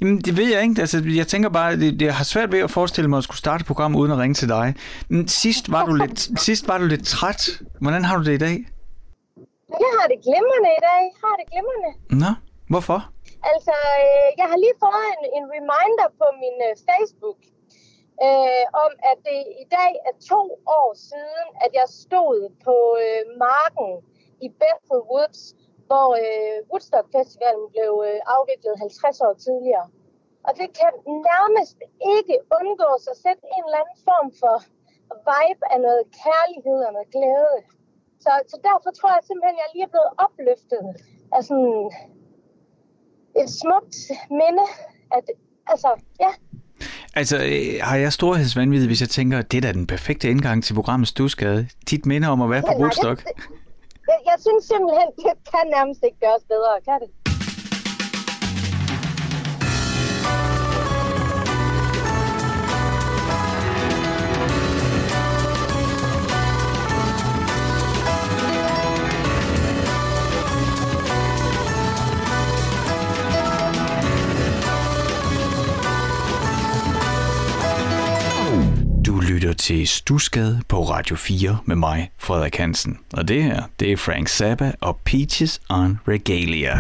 Jamen, det ved jeg ikke. Altså, jeg tænker bare, jeg har svært ved at forestille mig at skulle starte et program uden at ringe til dig. Men sidst var du lidt træt. Hvordan har du det i dag? Jeg har det glimrende i dag. Nå, hvorfor? Altså, jeg har lige fået en reminder på min Facebook om, at det i dag er 2 år siden, at jeg stod på marken i Bedford Woods, hvor Woodstock Festivalen blev afviklet 50 år tidligere. Og det kan nærmest ikke undgås at sætte en eller anden form for vibe af noget kærlighed og noget glæde. Så derfor tror jeg simpelthen, at jeg lige er blevet opløftet af sådan et smukt minde. Altså, har jeg storhedsvanvid, hvis jeg tænker, at det er da den perfekte indgang til programmet Studsgade? Dit minde om at være på Woodstock? Jeg synes simpelthen, det kan nærmest ikke gøres bedre, kan det? Du lytter til Studsgade på Radio 4 med mig, Frederik Hansen. Og det her, det er Frank Zappa og Peaches on Regalia.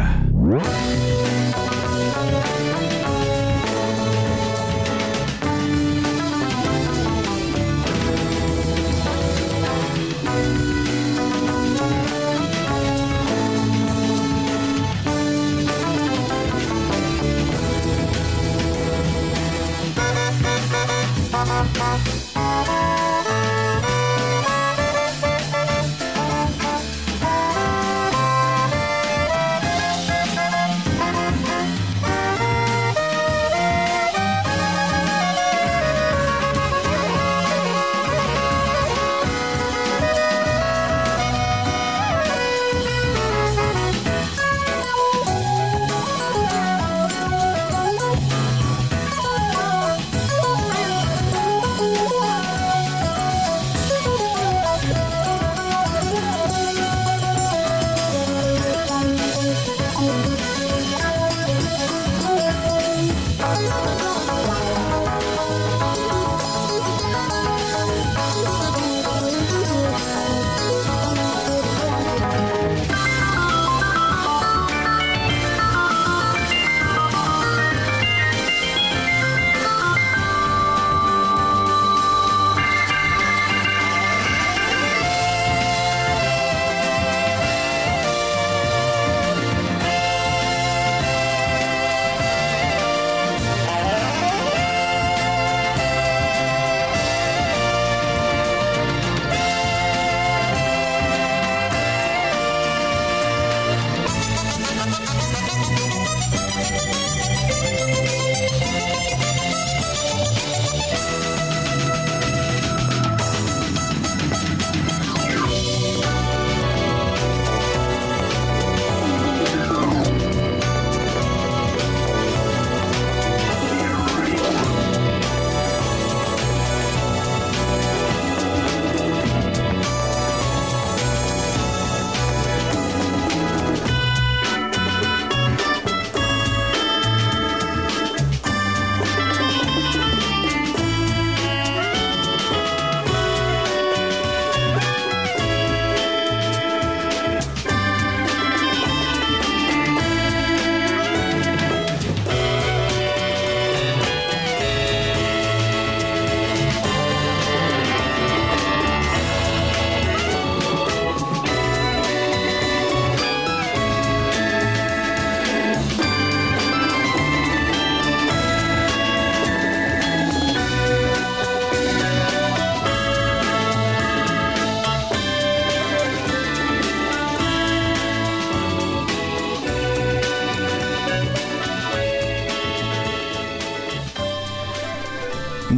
I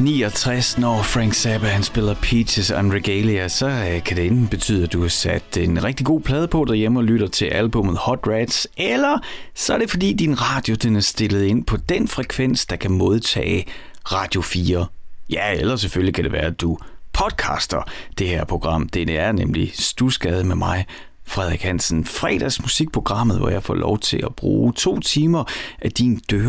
1969, når Frank Zappa han spiller Peaches on Regalia, så kan det enten betyde, at du har sat en rigtig god plade på derhjemme og lytter til albumet Hot Rats, eller så er det fordi din radio den er stillet ind på den frekvens, der kan modtage Radio 4. Ja, eller selvfølgelig kan det være, at du podcaster det her program. Det er nemlig Studsgade med mig, Frederik Hansen. Fredagsmusikprogrammet, hvor jeg får lov til at bruge 2 timer af din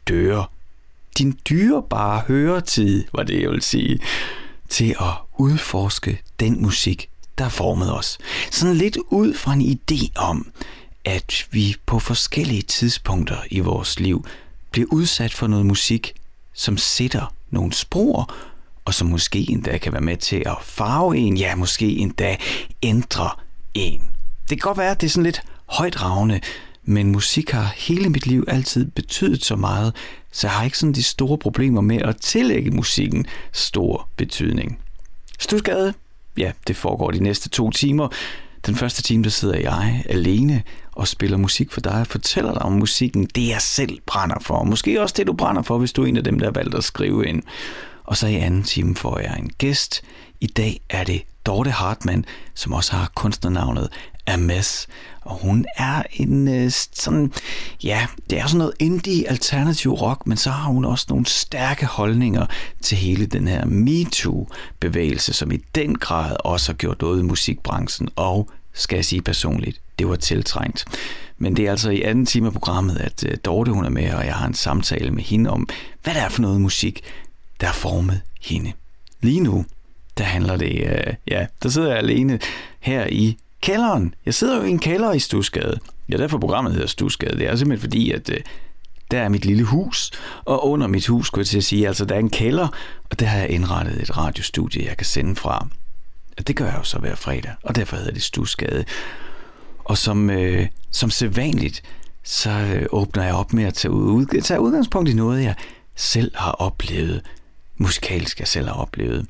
døre. Din dyrebare høretid, var det jeg vil sige, til at udforske den musik, der formede os. Sådan lidt ud fra en idé om, at vi på forskellige tidspunkter i vores liv bliver udsat for noget musik, som sætter nogle spor, og som måske endda kan være med til at farve en, ja, måske endda ændre en. Det kan godt være, at det er sådan lidt højtravende, men musik har hele mit liv altid betydet så meget, så jeg har ikke sådan de store problemer med at tillægge musikken stor betydning. Studsgade, ja, det foregår de næste 2 timer. Den første time, der sidder jeg alene og spiller musik for dig og fortæller dig om musikken, det jeg selv brænder for. Måske også det, du brænder for, hvis du er en af dem, der har valgt at skrive ind. Og så i anden time får jeg en gæst. I dag er det Dorte Hartmann, som også har kunstnernavnet Hermes. Og hun er en sådan, ja, det er sådan noget indie alternativ rock, men så har hun også nogle stærke holdninger til hele den her MeToo-bevægelse, som i den grad også har gjort noget i musikbranchen, og skal jeg sige personligt, det var tiltrængt. Men det er altså i anden time af programmet, at Dorte hun er med, og jeg har en samtale med hende om, hvad det er for noget musik, der har formet hende. Lige nu, der handler det, der sidder jeg alene her i kælderen. Jeg sidder jo i en kælder i Studsgade. Ja, derfor programmet hedder Studsgade. Det er simpelthen fordi, at der er mit lille hus, og under mit hus, skulle jeg til at sige, altså der er en kælder, og der har jeg indrettet et radiostudie, jeg kan sende fra. Og det gør jeg jo så hver fredag, og derfor hedder det Studsgade. Og som sædvanligt, så åbner jeg op med at tage udgangspunkt i noget, jeg selv har oplevet, musikalsk jeg selv har oplevet.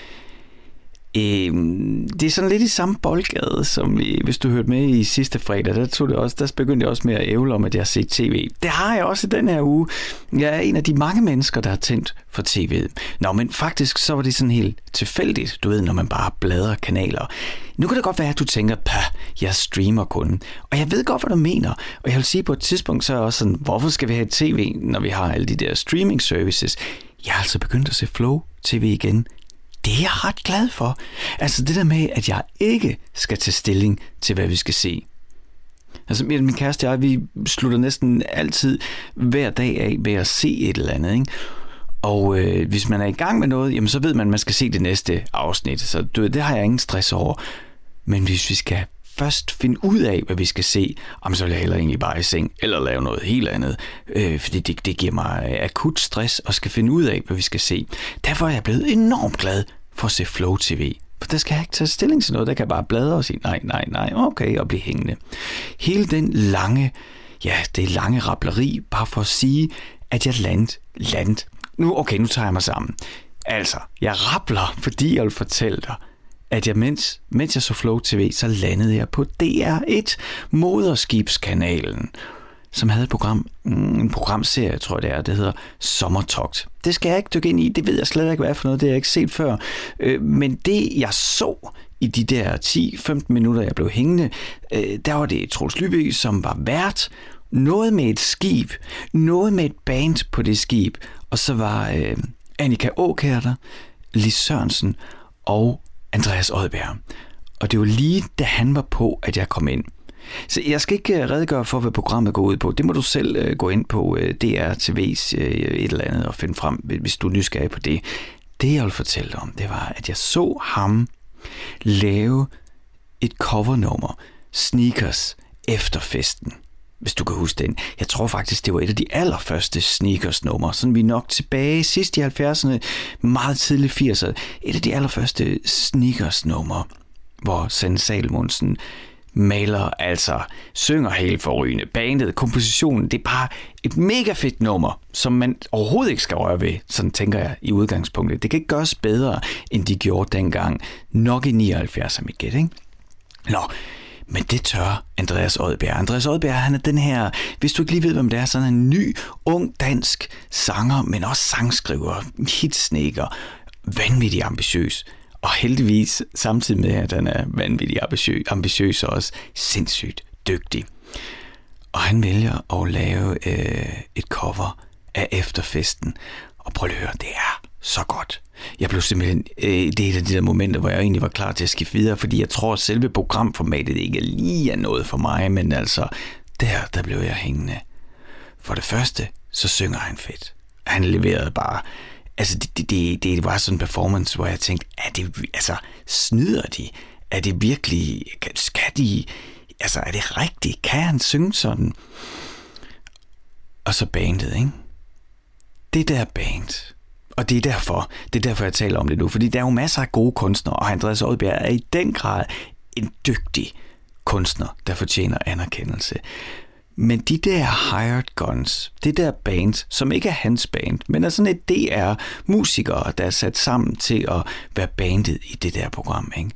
Det er sådan lidt i samme boldgade, som hvis du hørte med i sidste fredag, der begyndte jeg også med at ævle om, at jeg har set tv. Det har jeg også i den her uge. Jeg er en af de mange mennesker, der har tændt for tv'et. Nå, men faktisk så var det sådan helt tilfældigt, du ved, når man bare bladrer kanaler. Nu kan det godt være, at du tænker, jeg streamer kun. Og jeg ved godt, hvad du mener. Og jeg vil sige, på et tidspunkt, så er jeg også sådan, hvorfor skal vi have tv, når vi har alle de der streaming services? Jeg har altså begyndt at se Flow TV igen. Det er jeg ret glad for. Altså det der med, at jeg ikke skal tage stilling til, hvad vi skal se. Altså min kæreste og jeg, vi slutter næsten altid hver dag af ved at se et eller andet, ikke? Og hvis man er i gang med noget, jamen så ved man, at man skal se det næste afsnit. Så det har jeg ingen stress over. Men hvis vi skal først finde ud af, hvad vi skal se, så vil jeg hellere egentlig bare i seng, eller lave noget helt andet. Fordi det giver mig akut stress, og skal finde ud af, hvad vi skal se. Derfor er jeg blevet enormt glad for at se Flow TV. For der skal jeg ikke tage stilling til noget, der kan bare bladre og sige, nej, okay, og blive hængende. Hele den lange rableri, bare for at sige, at jeg landt. Nu tager jeg mig sammen. Altså, jeg rabler, fordi jeg vil fortælle dig, at jeg mens jeg så Flow TV, så landede jeg på DR1, Moderskibskanalen, som havde en programserie, tror jeg det hedder Sommertogt. Det skal jeg ikke dykke ind i, det ved jeg slet ikke, hvad for noget, det har jeg ikke set før. Men det, jeg så i de der 10-15 minutter, jeg blev hængende, der var det Troels Lyby, som var vært, noget med et skib, noget med et band på det skib, og så var Annika Aakjær der, Lis Sørensen og Andreas Odbjerg. Og det var lige, da han var på, at jeg kom ind. Så jeg skal ikke redegøre for, hvad programmet går ud på. Det må du selv gå ind på DR-TV's et eller andet og finde frem, hvis du er nysgerrig på det. Det, jeg vil fortælle dig om, det var, at jeg så ham lave et covernummer, Sneakers, efter festen. Hvis du kan huske den. Jeg tror faktisk, det var et af de allerførste Sneakers-numre. Sådan vi er nok tilbage sidst i 70'erne, meget tidligt 80'erne. Et af de allerførste Sneakers-numre, hvor Sanne Salomonsen synger helt forrygende. Bandet, kompositionen, det er bare et mega fedt nummer, som man overhovedet ikke skal røre ved, sådan tænker jeg i udgangspunktet. Det kan ikke gøres bedre, end de gjorde dengang. Nok i 79, mit gæt, ikke? Nå, men det tør Andreas Odbjerg. Andreas Odbjerg, han er den her, hvis du ikke lige ved, hvem det er, så er han en ny, ung dansk sanger, men også sangskriver, hitsnækker, vanvittigt ambitiøs. Og heldigvis, samtidig med, at han er vanvittigt ambitiøs og også sindssygt dygtig. Og han vælger at lave et cover af Efterfesten. Og prøv at høre, det er så godt. Jeg blev simpelthen, det er et af de der momenter, hvor jeg egentlig var klar til at skifte videre, fordi jeg tror, at selve programformatet ikke lige er noget for mig, men altså, der blev jeg hængende. For det første, så synger han fedt. Han leverede bare... Altså, det var sådan en performance, hvor jeg tænkte, snyder de? Er det virkelig... Skal de... Altså, er det rigtigt? Kan han synge sådan? Og så bandet, ikke? Det der band... Og det er derfor, jeg taler om det nu, fordi der er jo masser af gode kunstnere, og Andreas Odbjerg er i den grad en dygtig kunstner, der fortjener anerkendelse. Men de der hired guns, det der band, som ikke er hans band, men er sådan et DR-musikere, der er sat sammen til at være bandet i det der program, ikke?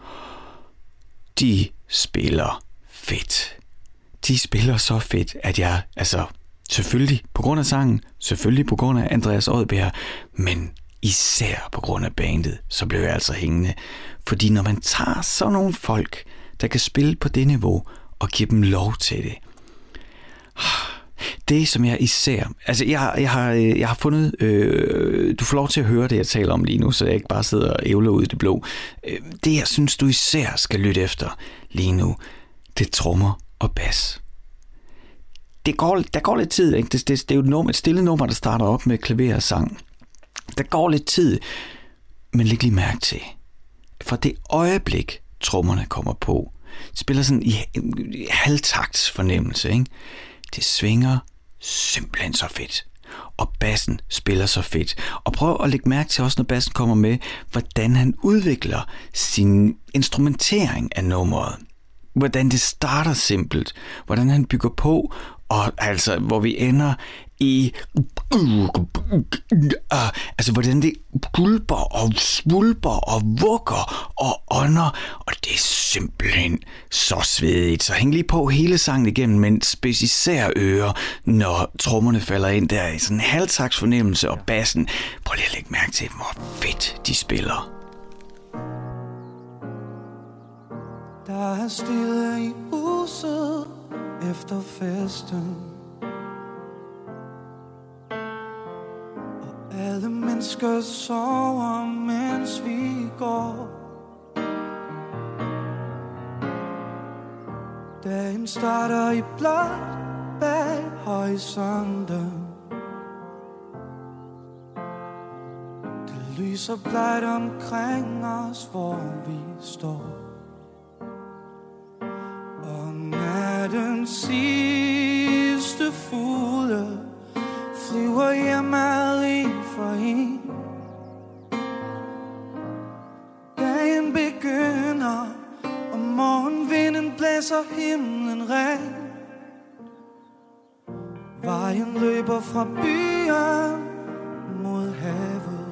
De spiller fedt. De spiller så fedt, at jeg, selvfølgelig på grund af sangen, selvfølgelig på grund af Andreas Odbjerg, men især på grund af bandet, så blev jeg altså hængende. Fordi når man tager sådan nogle folk, der kan spille på det niveau, og giver dem lov til det. Det som jeg især... Altså jeg har fundet... du får lov til at høre det, jeg taler om lige nu, så jeg ikke bare sidder og ævler ud i det blå. Det jeg synes, du især skal lytte efter lige nu, det er trommer og bas. Der går lidt tid, ikke? Det er jo et stille nummer, der starter op med klaver og sang. Der går lidt tid, men læg lige mærke til. Fra det øjeblik, trommerne kommer på, det spiller sådan i halvtakts fornemmelse, ikke? Det svinger simpelthen så fedt. Og bassen spiller så fedt. Og prøv at lægge mærke til også, når bassen kommer med, hvordan han udvikler sin instrumentering af nummeret. Hvordan det starter simpelt. Hvordan han bygger på. Og altså, hvor vi ender i... Altså, hvordan det gulper og svulper og vugger og ånder. Og det er simpelthen så svedigt. Så hæng lige på hele sangen igennem, men især ører, når trommerne falder ind der i sådan en halvtaks fornemmelse og bassen. Prøv lige at lægge mærke til, hvor fedt de spiller. Der er stille i huset efter festen, og alle mennesker sover, mens vi går. Dagen starter i blåt bag horisonten. Det lyser blegt omkring os, hvor vi står. Den sidste fugle flyver hjemad en for en. Dagen begynder, og morgenvinden blæser himlen ren. Vejen løber fra byen mod havet,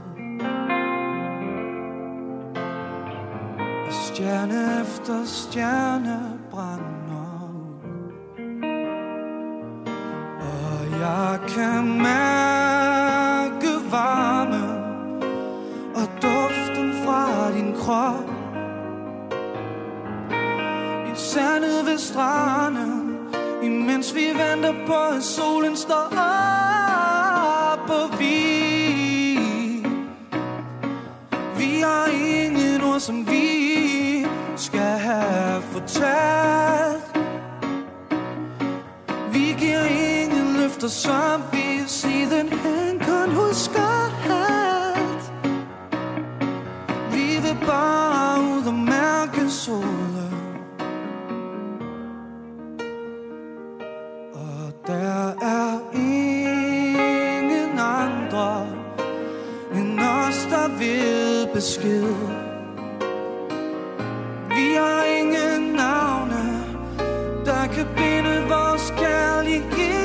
og stjerne efter stjerne brænder. Jeg kan mærke varmen og duften fra din krop. I sandet ved stranden, imens vi venter på, at solen står op. Og vi har ingen ord, som vi skal have fortalt. Vi giver ingen løfter, som vi siden hen kun husker alt. Vi vil bare ud og mærke solen, og der er ingen andre end os, der vil besked. Vi har ingen navne, der kan binde vores kærlighed.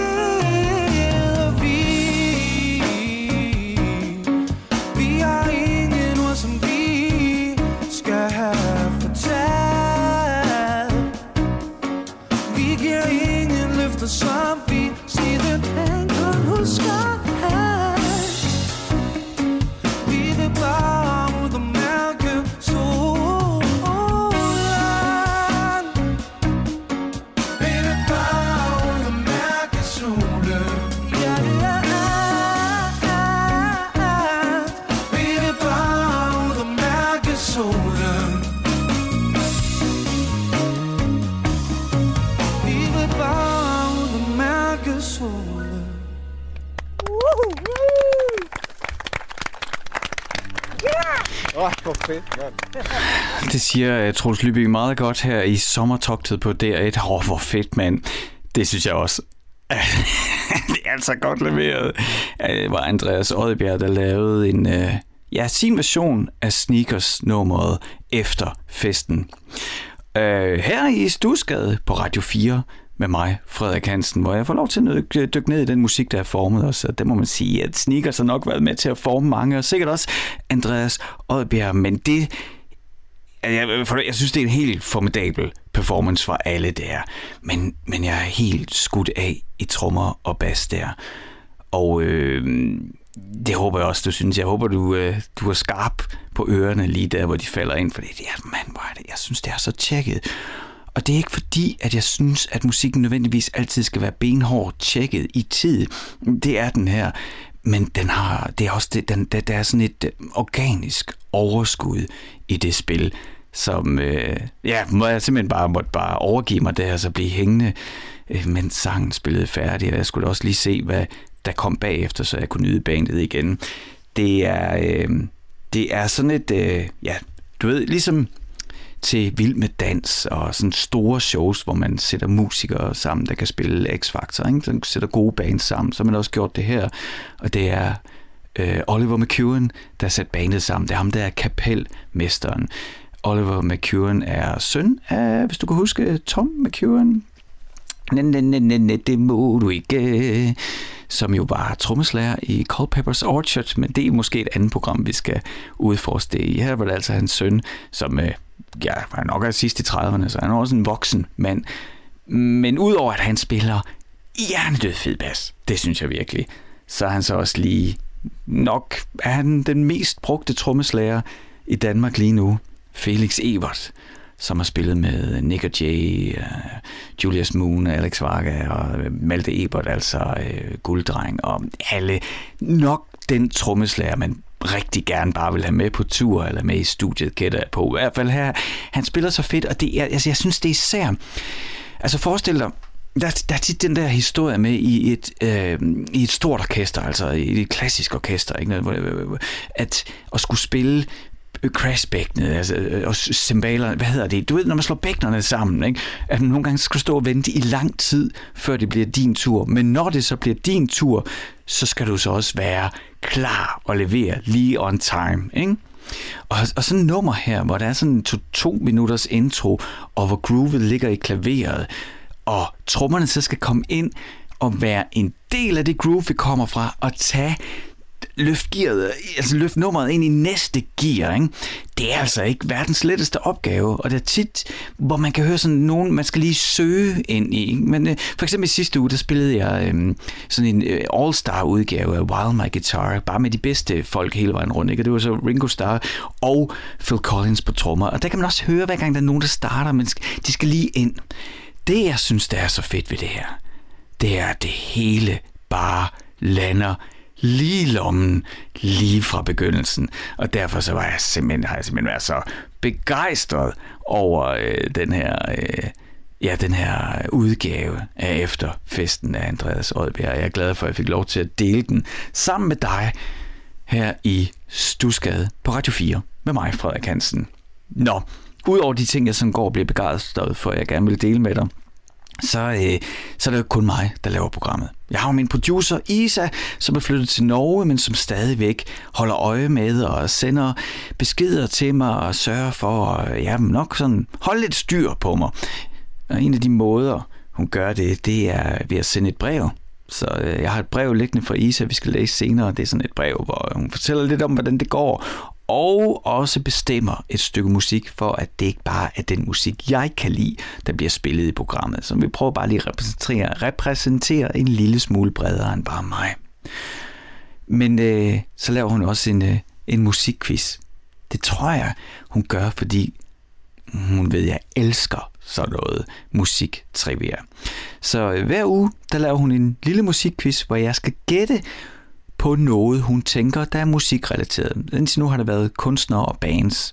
Vi har ingen ord, som vi skal have fortalt. Vi giver ingen løfter, som vi siden hen kun husker alt. Vi vil bare ud og mærke Hvor fedt, mand. Det siger Troels Lyby meget godt her i sommertogtet på DR1. Hvor fedt, mand. Det synes jeg også. Det er altså godt leveret. Det var Andreas Odbjerg, der lavede en, sin version af Sneakers-nummeret efter festen. Her i Studsgade på Radio 4 med mig, Frederik Hansen, hvor jeg får lov til at dykke ned i den musik, der er formet os. Og det må man sige, at Sneakers har nok været med til at forme mange, og sikkert også Andreas Odbjerg. Men det, jeg synes, det er en helt formidabel performance fra alle der. Men jeg er helt skudt af i trommer og bas der. Og det håber jeg også, du synes. Jeg håber, du er skarp på ørerne lige der, hvor de falder ind. For jeg synes, det er så tjekket. Og det er ikke fordi, at jeg synes, at musikken nødvendigvis altid skal være benhårdt tjekket i tid. Det er den her. Men det er også der er sådan et organisk overskud i det spil, som må jeg simpelthen måtte overgive mig der, og så blive hængende, mens sangen spillede færdig. Og jeg skulle også lige se, hvad der kom bagefter, så jeg kunne nyde bandet igen. Det er sådan et, du ved, ligesom til Vild med Dans og sådan store shows, hvor man sætter musikere sammen, der kan spille X-Factor, ikke? Så man sætter gode bands sammen. Så har man også gjort det her, og det er Oliver McEwen, der har sat bandet sammen. Det er ham, der er kapelmesteren. Oliver McEwen er søn af, hvis du kan huske, Tom McEwen. Det må du ikke. Som jo var trommeslager i Culpeper's Orchard, men det er måske et andet program, vi skal udforske det i. Her var det altså hans søn, som var nok af sidst i 30'erne, så han er også en voksen mand. Men udover at han spiller hjernedød fed bas, det synes jeg virkelig, så er han så også lige, nok er han den mest brugte trommeslager i Danmark lige nu, Felix Ebert, som har spillet med Nick og Jay, Julius Moon, Alex Varga og Malte Ebert, altså Gulddreng og alle. Nok den trommeslager, man rigtig gerne bare vil have med på tur eller med i studiet, gætter jeg på. I hvert fald her, han spiller så fedt, og det er, altså jeg synes, det er især, altså forestil dig, der er tit den der historie med i et stort orkester, altså i et klassisk orkester, ikke? At skulle spille crashbækkenet, altså, og cymbalerne, hvad hedder det? Du ved, når man slår bækkenerne sammen, ikke? At man nogle gange skal stå og vente i lang tid, før det bliver din tur. Men når det så bliver din tur, så skal du så også være klar og levere lige on time, ikke? Og sådan et nummer her, hvor der er sådan 2 minutters intro, og hvor groovet ligger i klaveret, og trommerne så skal komme ind og være en del af det groove, vi kommer fra, og løft nummeret ind i næste gear, ikke? Det er altså ikke verdens letteste opgave, og det er tit, hvor man kan høre sådan nogen, man skal lige søge ind i. Men for eksempel i sidste uge, der spillede jeg sådan en all-star udgave af Wild My Guitar, bare med de bedste folk hele vejen rundt, ikke? Og det var så Ringo Starr og Phil Collins på trommer, og der kan man også høre, hver gang der er nogen, der starter, men de skal lige ind. Det, jeg synes, der er så fedt ved det her, det er, at det hele bare lander lige lommen, lige fra begyndelsen. Og derfor så har jeg simpelthen været så begejstret over den her udgave af Efterfesten af Andreas Odbjerg. Jeg er glad for, at jeg fik lov til at dele den sammen med dig her i Studsgade på Radio 4 med mig, Frederik Hansen. Nå, udover de ting, jeg sådan går og bliver begejstret for, jeg gerne vil dele med dig, så er det jo kun mig, der laver programmet. Jeg har jo min producer Isa, som er flyttet til Norge, men som stadigvæk holder øje med og sender beskeder til mig og sørger for at nok sådan holde lidt styr på mig. Og en af de måder, hun gør det er ved at sende et brev. Så jeg har et brev liggende fra Isa, vi skal læse senere. Det er sådan et brev, hvor hun fortæller lidt om, hvordan det går, og også bestemmer et stykke musik, for at det ikke bare er den musik, jeg kan lide, der bliver spillet i programmet. Så vi prøver bare lige at repræsentere en lille smule bredere end bare mig. Men så laver hun også en musikquiz. Det tror jeg, hun gør, fordi hun ved, jeg elsker sådan noget musiktrivia. Så hver uge, der laver hun en lille musikquiz, hvor jeg skal gætte på noget, hun tænker, der er musikrelateret. Indtil nu har det været kunstnere og bands.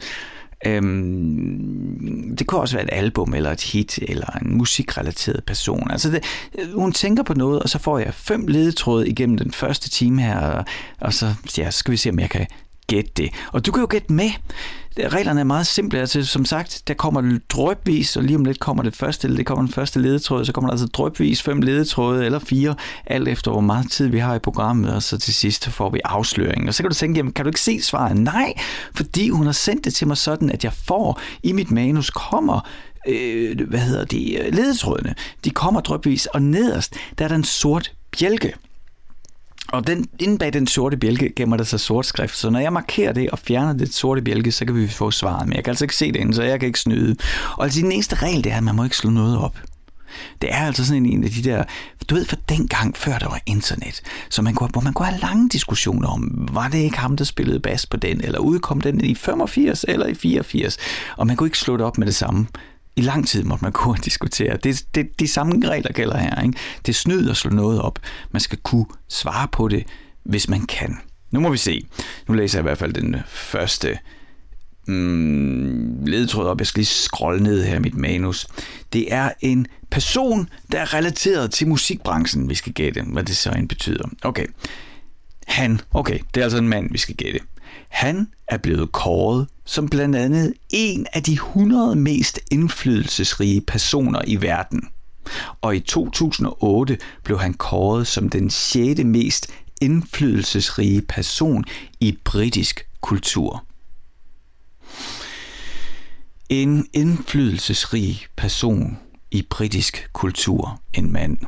Det kunne også være et album, eller et hit, eller en musikrelateret person. Altså hun tænker på noget, og så får jeg 5 ledetråde igennem den første time her, og så skal vi se, om jeg kan gætte det. Og du kan jo gætte med. Reglerne er meget simple. Altså, som sagt, der kommer det drypvis, og lige om lidt kommer den første ledetråd, så kommer der altså drypvis 5 ledetråde eller 4, alt efter hvor meget tid vi har i programmet, og så til sidst får vi afsløringen. Og så kan du tænke, jamen, kan du ikke se svaret? Nej, fordi hun har sendt det til mig sådan, at jeg får i mit manus kommer ledetrådene. De kommer drypvis, og nederst, der er der en sort bjælke. Og inde bag den sorte bjælke gemmer der sig sort skrift, så når jeg markerer det og fjerner det sorte bjælke, så kan vi få svaret. Men jeg kan altså ikke se det inde, så jeg kan ikke snyde. Og altså den eneste regel, det er, at man må ikke slå noget op. Det er altså sådan en af de der, du ved, for dengang, før der var internet, så hvor man kunne have lange diskussioner om, var det ikke ham, der spillede bas på den, eller udkom den i 85 eller i 84, og man kunne ikke slå det op med det samme. I lang tid måtte man kunne diskutere. De samme regler gælder her, ikke? Det er snyd at slå noget op. Man skal kunne svare på det, hvis man kan. Nu må vi se. Nu læser jeg i hvert fald den første ledetråd op. Jeg skal lige scrolle ned her i mit manus. Det er en person, der er relateret til musikbranchen, vi skal gætte, hvad det så end betyder. Okay, det er altså en mand, vi skal gætte. Han er blevet kåret som blandt andet en af de 100 mest indflydelsesrige personer i verden. Og i 2008 blev han kåret som den 6. mest indflydelsesrige person i britisk kultur. En indflydelsesrig person i britisk kultur, en mand.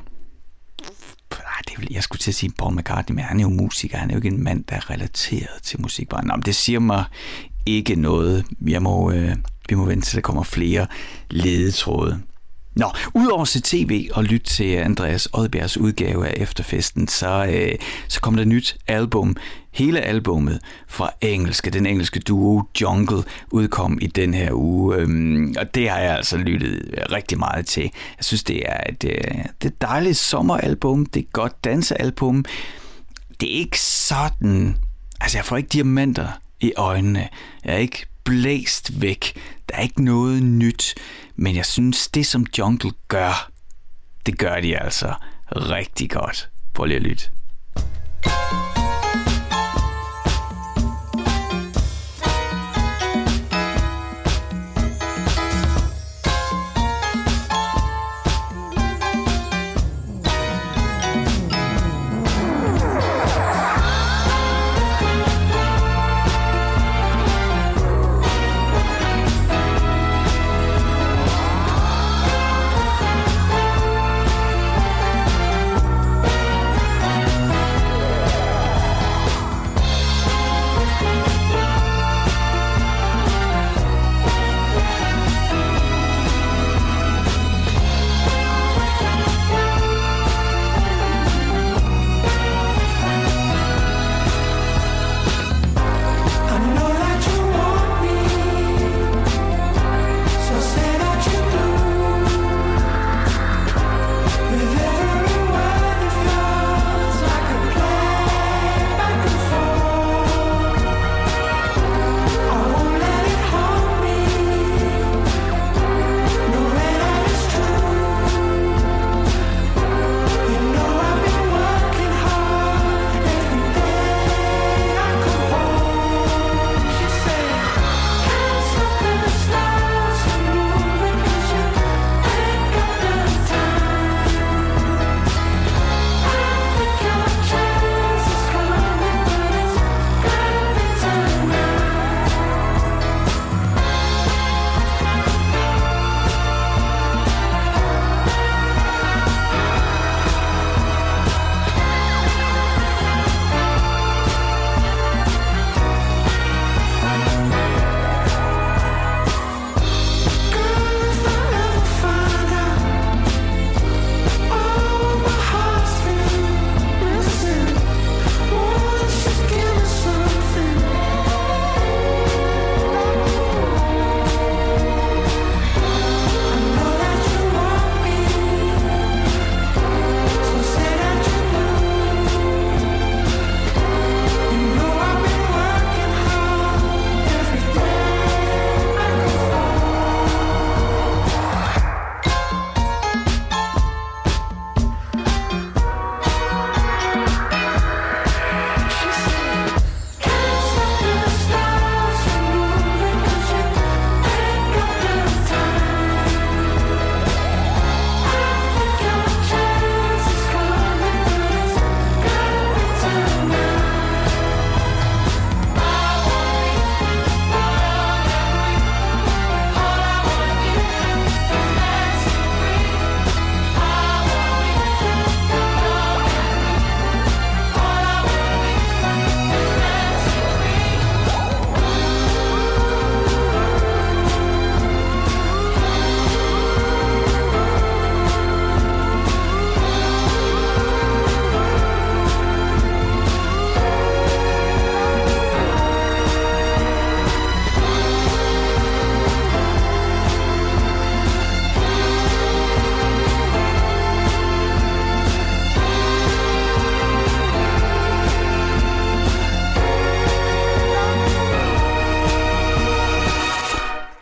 Jeg skulle til at sige Paul McCartney, men han er jo musiker. Han er jo ikke en mand, der er relateret til musikbranchen. Nå, men det siger mig ikke noget. Vi må vente til, der kommer flere ledetråde. Nå, udover at se tv og lytte til Andreas Odbjergs udgave af Efterfesten, så kom der nyt album. Hele albummet fra den engelske duo Jungle udkom i den her uge, og det har jeg altså lyttet rigtig meget til. Jeg synes, det er et dejligt sommeralbum, det er et godt dansealbum. Det er ikke sådan, altså jeg får ikke diamanter i øjnene, jeg er ikke blæst væk, der er ikke noget nyt, men jeg synes, det som Jungle gør, det gør de altså rigtig godt. Prøv lige at lytte.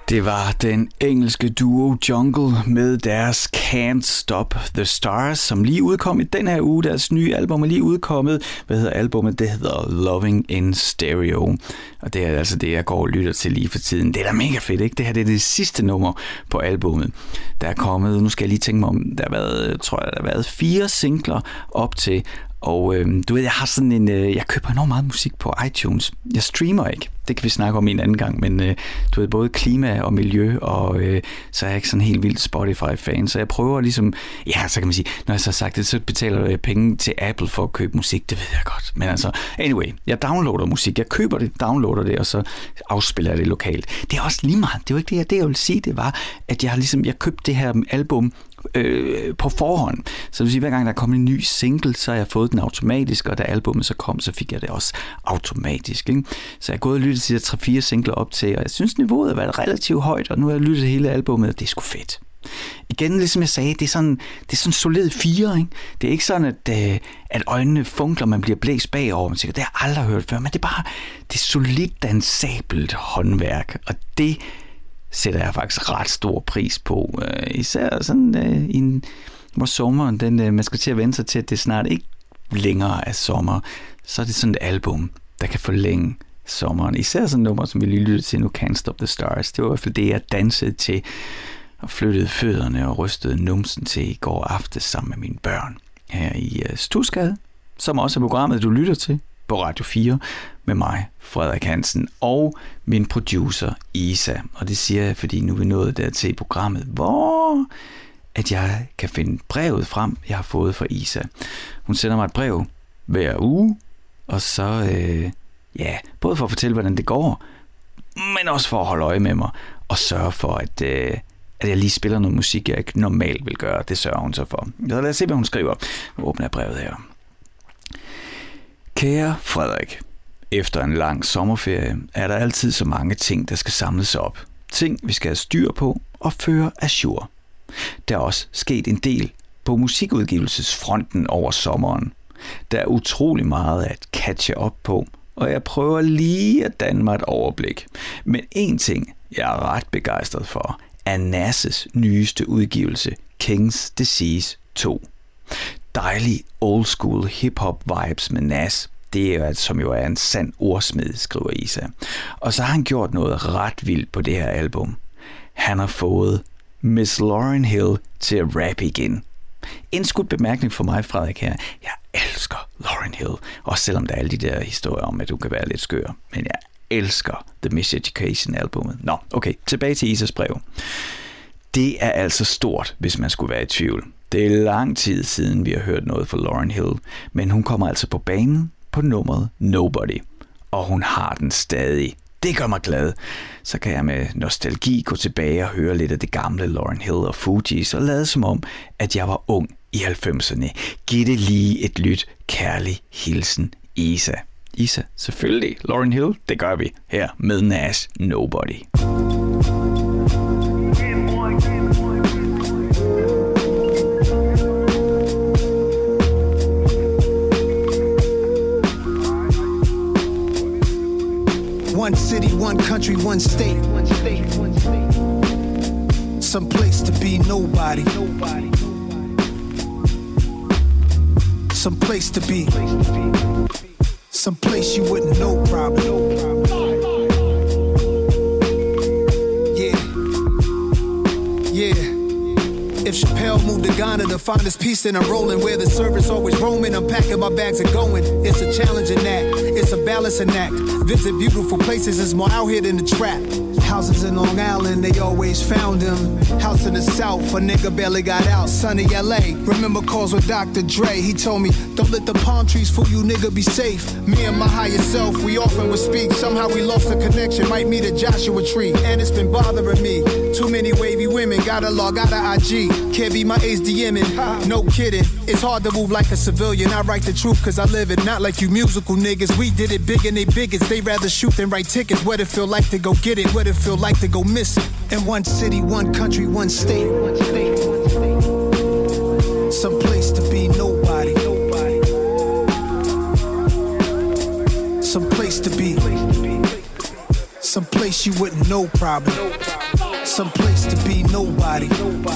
Det var den engelske duo Jungle med deres Can't Stop the Stars, som lige udkom i den her uge. Deres nye album er lige udkommet. Hvad hedder albumet? Det hedder Loving in Stereo. Og det er altså det, jeg går og lytter til lige for tiden. Det er da mega fedt, ikke? Det her det er det sidste nummer på albumet. Der er kommet, nu skal jeg lige tænke mig om, der har været 4 singler op til. Og du ved, jeg har sådan en, jeg køber enormt meget musik på iTunes. Jeg streamer ikke, det kan vi snakke om en anden gang, men du ved, både klima og miljø, og så er jeg ikke sådan helt vildt Spotify-fan, så jeg prøver ligesom, ja, så kan man sige, når jeg så har sagt det, så betaler jeg penge til Apple for at købe musik, det ved jeg godt, men altså, anyway, jeg downloader musik, jeg køber det, downloader det, og så afspiller jeg det lokalt. Det er også lige meget, det er jo ikke det, jeg vil sige, det var, at jeg købte det her album på forhånd. Så det vil sige, hver gang der kom en ny single, så har jeg fået den automatisk, og da albumet så kom, så fik jeg det også automatisk. Ikke? Så jeg er gået og lyttet til de 3-4 singler op til, og jeg synes, niveauet har været relativt højt, og nu har jeg lyttet til hele albumet, og det er sgu fedt. Igen, ligesom jeg sagde, det er sådan solid 4, ikke? Det er ikke sådan, at øjnene funkler, man bliver blæst bagover, man siger, det har jeg aldrig hørt før, men det er solidt dansabelt håndværk, og det sætter jeg faktisk ret stor pris på. Især sådan hvor sommeren, man skal til at vende sig til, at det snart ikke længere er sommer. Så er det sådan et album, der kan forlænge sommeren. Især sådan et nummer, som vi lige lyttede til nu, Can't Stop the Stars. Det var i hvert fald det, jeg dansede til og flyttede fødderne og rystede numsen til i går aftes sammen med mine børn her i Studsgade, som også er programmet, du lytter til på Radio 4 med mig, Frederik Hansen, og min producer Isa. Og det siger jeg, fordi nu er vi nået der til programmet, hvor at jeg kan finde brevet frem, jeg har fået fra Isa. Hun sender mig et brev hver uge, og så, både for at fortælle, hvordan det går, men også for at holde øje med mig, og sørge for, at jeg lige spiller noget musik, jeg ikke normalt vil gøre. Det sørger hun så for. Så lad os se, hvad hun skriver. Nu åbner jeg brevet her. Kære Frederik, efter en lang sommerferie er der altid så mange ting, der skal samles op. Ting, vi skal have styr på og føre ajour. Der er også sket en del på musikudgivelsesfronten over sommeren. Der er utrolig meget at catche op på, og jeg prøver lige at danne mig et overblik. Men en ting, jeg er ret begejstret for, er Nas' nyeste udgivelse, King's Disease 2. Dejlig old school hip-hop vibes med Nas. Det er som jo er en sand ordsmed, skriver Isa. Og så har han gjort noget ret vildt på det her album. Han har fået Miss Lauryn Hill til at rap igen. En skudt bemærkning for mig, Frederik, her. Jeg elsker Lauryn Hill. Også selvom der er alle de der historier om, at du kan være lidt skør. Men jeg elsker The Miseducation-albumet. Nå, okay, tilbage til Isas brev. Det er altså stort, hvis man skulle være i tvivl. Det er lang tid siden, vi har hørt noget fra Lauryn Hill, men hun kommer altså på banen på nummeret Nobody, og hun har den stadig. Det gør mig glad. Så kan jeg med nostalgi gå tilbage og høre lidt af det gamle Lauryn Hill og Fugees og lade som om, at jeg var ung i 90'erne. Giv det lige et lyt. Kærlig hilsen, Isa. Isa, selvfølgelig. Lauryn Hill, det gør vi her med Nas Nobody. One city, one country, one state. Some place to be nobody. Some place to be. Some place you wouldn't know probably. If Chappelle moved to Ghana to find his peace, then I'm rolling where the servants always roaming. I'm packing my bags and going. It's a challenging act. It's a balancing act. Visit beautiful places. It's more out here than the trap. Houses in Long Island, they always found him. House in the South, a nigga barely got out. Sunny LA, remember calls with Dr. Dre. He told me, don't let the palm trees fool you, nigga, be safe. Me and my higher self, we often would speak. Somehow we lost the connection, might meet a Joshua tree. And it's been bothering me. Too many wavy women, gotta log out of IG. Can't be my ace DMing, no kidding. It's hard to move like a civilian. I write the truth cause I live it, not like you musical niggas. We did it big and they bigots. They rather shoot than write tickets. What it feel like to go get it, what it feel like to go missing. In one city, one country, one state. Some place to be nobody. Some place to be. Some place you wouldn't know probably. Some place to be nobody.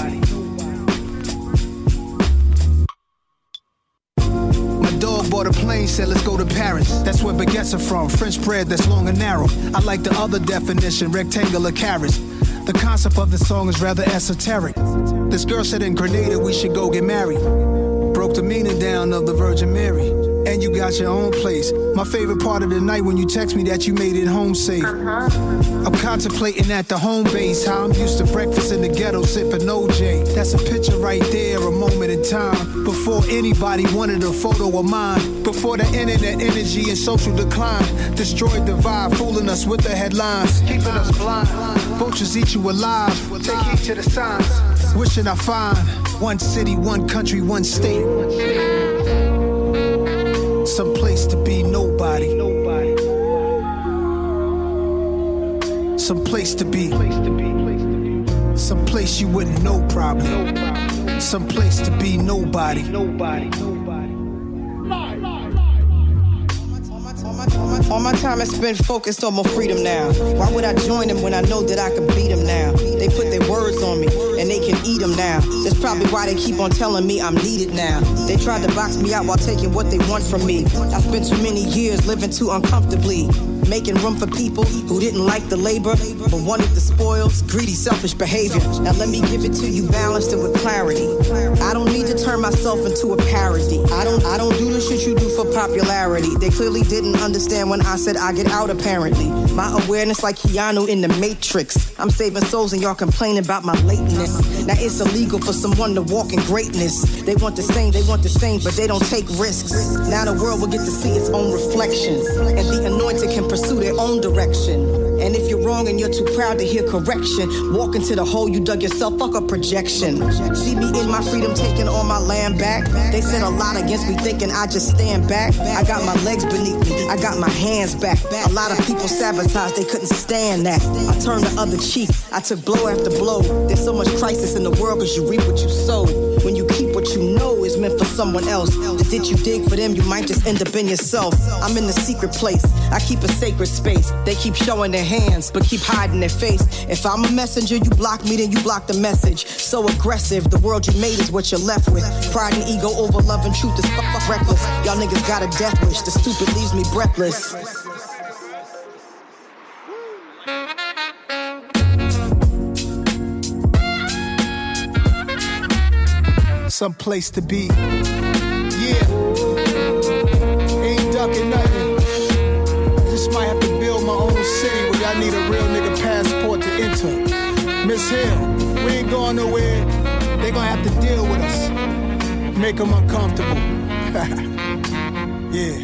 Dog bought a plane, said let's go to Paris. That's where baguettes are from, French bread that's long and narrow. I like the other definition, rectangular carrots. The concept of the song is rather esoteric. This girl said in Grenada we should go get married. Broke the meaning down of the Virgin Mary. And you got your own place. My favorite part of the night when you text me that you made it home safe. I'm contemplating at the home base how I'm used to breakfast in the ghetto sipping OJ. That's a picture right there, a moment in time. Before anybody wanted a photo of mine. Before the internet energy and social decline destroyed the vibe, fooling us with the headlines, keeping us blind. Vultures eat you alive. Take heed to the signs. Wishing I find one city, one country, one state. Some place to be nobody. Some place to be. Some place you wouldn't know probably. Some place to be nobody. All my time I spent focused on my freedom now. Why would I join them when I know that I can beat them now? They put their words on me and they can eat them now. That's probably why they keep on telling me I'm needed now. They tried to box me out while taking what they want from me. I spent too many years living too uncomfortably, making room for people who didn't like the labor but wanted the spoils, greedy, selfish behavior. Now let me give it to you balanced and with clarity. I don't need to turn myself into a parody. I don't do the shit you do for popularity. They clearly didn't understand when I said I get out apparently. My awareness like Keanu in the Matrix. I'm saving souls and y'all complaining about my lateness. Now it's illegal for someone to walk in greatness. They want the same, but they don't take risks. Now the world will get to see its own reflection, and the anointed can pursue their own direction. And if you're wrong and you're too proud to hear correction, walk into the hole you dug yourself, fuck a projection. See me in my freedom taking all my land back. They said a lot against me thinking I just stand back. I got my legs beneath me, I got my hands back. A lot of people sabotaged, they couldn't stand that. I turned the other cheek, I took blow after blow. There's so much crisis in the world cause you reap what you sow. When you keep what you know is meant for someone else, did you dig for them, you might just end up in yourself. I'm in the secret place, I keep a sacred space. They keep showing their hands, but keep hiding their face. If I'm a messenger, you block me, then you block the message. So aggressive, the world you made is what you're left with. Pride and ego over love and truth is fuck reckless. Y'all niggas got a death wish, the stupid leaves me breathless. Some place to be. Yeah. Ain't ducking nothing. Just might have to build my own city where y'all need a real nigga passport to enter. Miss Hill, we ain't going nowhere. They gonna have to deal with us. Make them uncomfortable. Yeah.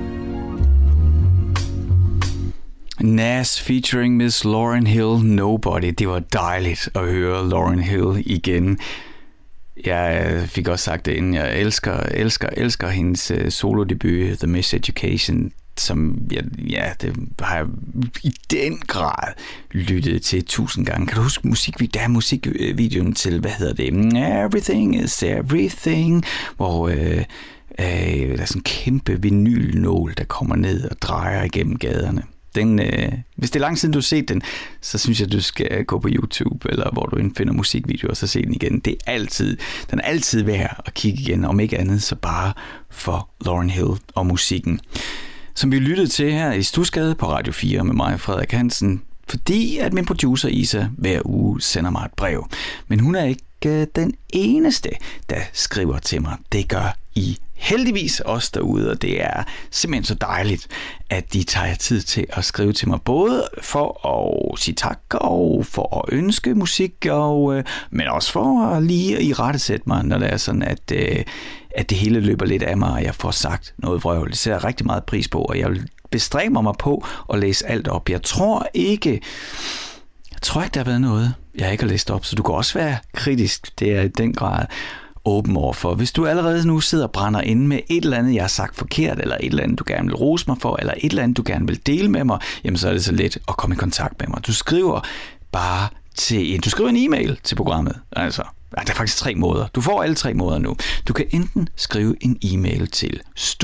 Nas featuring Miss Lauryn Hill, Nobody. Det var dejligt at høre Lauryn Hill igen. Jeg fik også sagt det inden, jeg elsker hendes solodebut, The Miseducation, som det har jeg i den grad lyttet til 1000 gange. Kan du huske musikvideoen til, hvad hedder det? Everything is Everything, hvor der er sådan en kæmpe vinylnål, der kommer ned og drejer igennem gaderne. Den, hvis det er lang siden du har set den, så synes jeg, du skal gå på YouTube, eller hvor du finder musikvideoer, og så se den igen. Den er altid værd at kigge igen, om ikke andet, så bare for Lauryn Hill og musikken. Som vi lyttede til her i Studsgade på Radio 4 med mig, Frederik Hansen, fordi at min producer Isa hver uge sender mig et brev. Men hun er ikke den eneste, der skriver til mig. Det gør I heldigvis også derude, og det er simpelthen så dejligt, at de tager tid til at skrive til mig, både for at sige tak og for at ønske musik, men også for lige at irettesætte mig, når det er sådan, at det hele løber lidt af mig, og jeg får sagt noget vrøvl. Det ser jeg rigtig meget pris på, og jeg vil bestræbe mig på at læse alt op. Jeg tror ikke, der har været noget, jeg ikke har læst op, så du kan også være kritisk. Det er i den grad åben over for. Hvis du allerede nu sidder og brænder inde med et eller andet, jeg har sagt forkert, eller et eller andet, du gerne vil rose mig for, eller et eller andet, du gerne vil dele med mig, jamen så er det så let at komme i kontakt med mig. Du skriver en e-mail til programmet, altså Der er faktisk 3 måder. Du får alle 3 måder nu. Du kan enten skrive en e-mail til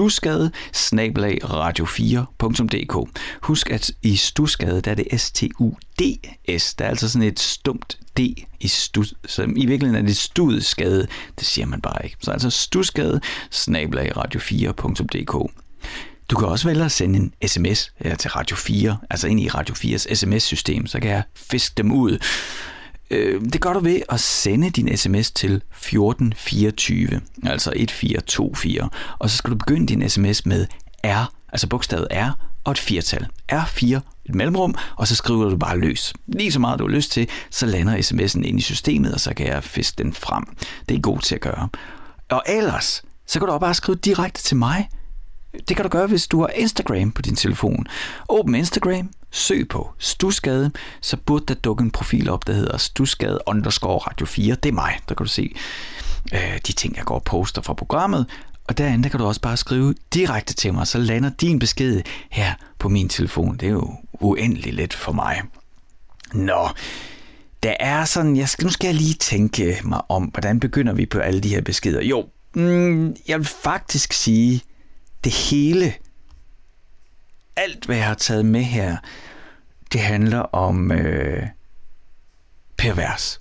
stusgade@radio4.dk. Husk, at i Stusgade, der er det STUDS. Der er altså sådan et stumt D i stus, som i virkeligheden er det Studsgade. Det siger man bare ikke. Så altså stusgade@radio4.dk. Du kan også vælge at sende en sms til Radio 4, altså ind i Radio 4's sms-system, så kan jeg fiske dem ud. Det gør du ved at sende din sms til 1424, altså 1424, og så skal du begynde din sms med R, altså bogstavet R og et 4-tal. R4, et mellemrum, og så skriver du bare løs. Lige så meget du har lyst til, så lander sms'en ind i systemet, og så kan jeg fiske den frem. Det er god til at gøre. Og ellers, så kan du også bare skrive direkte til mig. Det kan du gøre, hvis du har Instagram på din telefon. Åbn Instagram, søg på Stusgade, så burde der dukke en profil op, der hedder Stusgade_Radio 4. Det er mig, der kan du se de ting, jeg går og poster fra programmet. Og derinde kan du også bare skrive direkte til mig, så lander din besked her på min telefon. Det er jo uendelig let for mig. Nå, der er sådan, nu skal jeg lige tænke mig om, hvordan begynder vi på alle de her beskeder. Jo, jeg vil faktisk sige, det hele, alt hvad jeg har taget med her, det handler om pervers.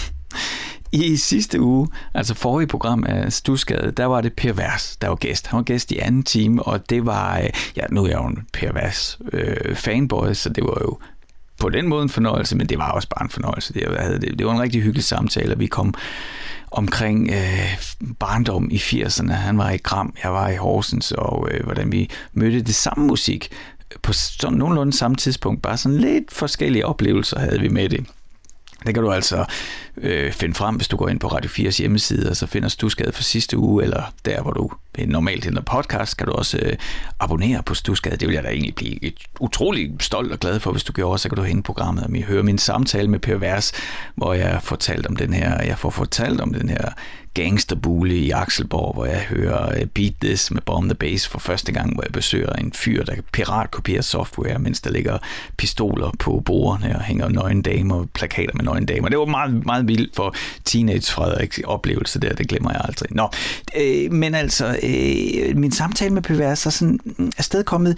I sidste uge, altså forrige program af Stusgade, der var det pervers, der var gæst. Han var gæst i anden time, og det var, nu er jeg jo en pervers fanboy, så det var jo på den måde en fornøjelse, men det var også bare en fornøjelse. Det var en rigtig hyggelig samtale, og vi kom omkring barndom i 80'erne. Han var i Gram, jeg var i Horsens, og hvordan vi mødte det samme musik på sådan nogenlunde samme tidspunkt. Bare sådan lidt forskellige oplevelser havde vi med det. Det kan du altså finde frem, hvis du går ind på Radio 4's hjemmeside, og så finder Stusgade for sidste uge, eller der, hvor du normalt henter podcast, kan du også abonnere på Stusgade. Det vil jeg da egentlig blive utrolig stolt og glad for, hvis du gjorde, så kan du hente programmet, og høre min samtale med Per Vers, hvor jeg får fortalt om den her gangsterbule i Akselborg, hvor jeg hører Beat This med Bomb the Bass for første gang, hvor jeg besøger en fyr, der piratkopierer software, mens der ligger pistoler på bordene og hænger nøgne damer, plakater med nøgne damer. Det var meget, meget vildt for Teenage Frederiks oplevelse der, det glemmer jeg aldrig. Nå, men altså, min samtale med Per Vers er sådan afstedkommet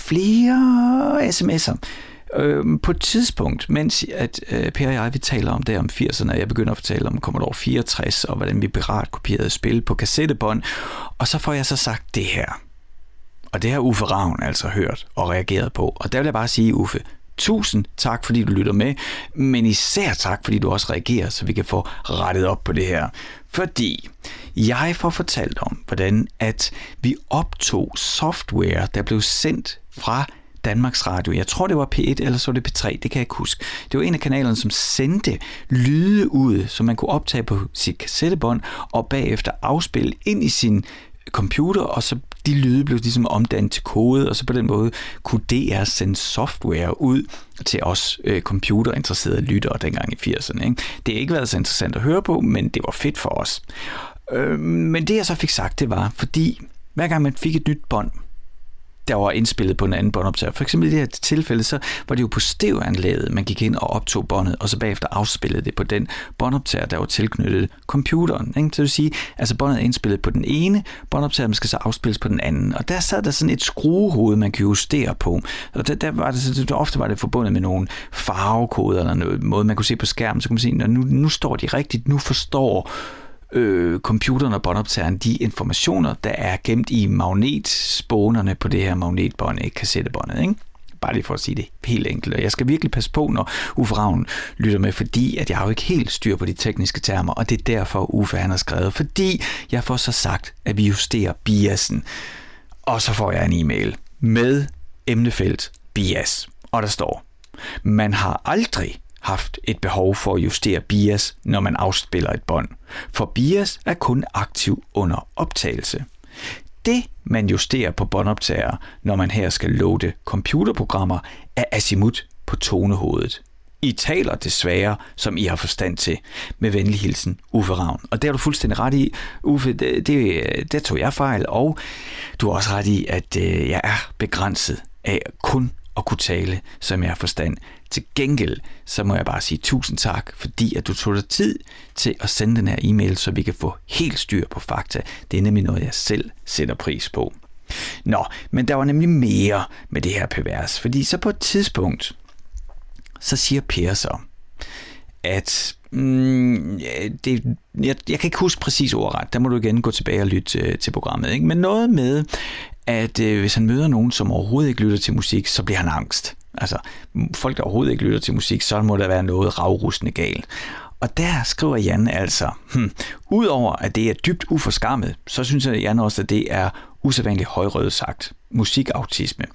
flere sms'er. På et tidspunkt, mens at Per og jeg vi taler om det om 80'erne, og jeg begynder at fortælle om Commodore 64, og hvordan vi piratkopierede spil på kassettebånd, og så får jeg så sagt det her. Og det har Uffe Ravn altså hørt og reageret på. Og der vil jeg bare sige, Uffe, tusind tak, fordi du lytter med, men især tak, fordi du også reagerer, så vi kan få rettet op på det her. Fordi jeg får fortalt om, hvordan at vi optog software, der blev sendt fra Danmarks Radio. Jeg tror, det var P1, eller så var det P3, det kan jeg ikke huske. Det var en af kanalerne, som sendte lyde ud, som man kunne optage på sit kassettebånd, og bagefter afspille ind i sin computer, og så de lyde blev ligesom omdannet til kode, og så på den måde kunne DR sende software ud til os computerinteresserede lyttere dengang i 80'erne. Ikke? Det har ikke været så interessant at høre på, men det var fedt for os. Men det jeg så fik sagt, det var, fordi hver gang man fik et nyt bånd, der var indspillet på en anden båndoptager. For eksempel i det her tilfælde, så var det jo på stereoanlægget, man gik ind og optog båndet, og så bagefter afspillede det på den båndoptager, der var tilknyttet computeren. Ikke? Så det vil sige, altså båndet er indspillet på den ene båndoptager, man skal så afspilles på den anden. Og der sad der sådan et skruehoved, man kan justere på. Og der var det, ofte var det forbundet med nogle farvekoder, eller noget måde, man kunne se på skærmen, så kunne man sige, nu står de rigtigt, nu forstår computeren og båndoptageren de informationer, der er gemt i magnetspånerne på det her magnetbånd, ikke kassettebåndet, ikke? Bare lige for at sige det helt enkelt. Og jeg skal virkelig passe på, når Uffe Ravn lytter med, fordi at jeg har jo ikke helt styr på de tekniske termer, og det er derfor Uffe han har skrevet, fordi jeg får så sagt, at vi justerer biasen. Og så får jeg en e-mail med emnefelt bias, og der står, man har aldrig haft et behov for at justere bias, når man afspiller et bånd. For bias er kun aktiv under optagelse. Det, man justerer på båndoptager, når man her skal loade computerprogrammer, er azimut på tonehovedet. I taler desværre, som I har forstand til. Med venlig hilsen, Uffe Ravn. Og det har du fuldstændig ret i, Uffe. Det tog jeg fejl, og du har også ret i, at jeg er begrænset af kun at kunne tale, som jeg har forstand. Til gengæld, så må jeg bare sige tusind tak, fordi at du tog dig tid til at sende den her e-mail, så vi kan få helt styr på fakta. Det er nemlig noget, jeg selv sætter pris på. Nå, men der var nemlig mere med det her pervers, fordi så på et tidspunkt, så siger Per så, at jeg kan ikke huske præcis ordret, der må du igen gå tilbage og lytte til programmet, ikke? Men noget med, at hvis han møder nogen, som overhovedet ikke lytter til musik, så bliver han angst. Altså, folk, der overhovedet ikke lytter til musik, så må der være noget ravrustende galt. Og der skriver Jan altså, udover at det er dybt uforskammet, så synes jeg Jan også, at det er usædvanligt højrødt sagt. Musikautisme.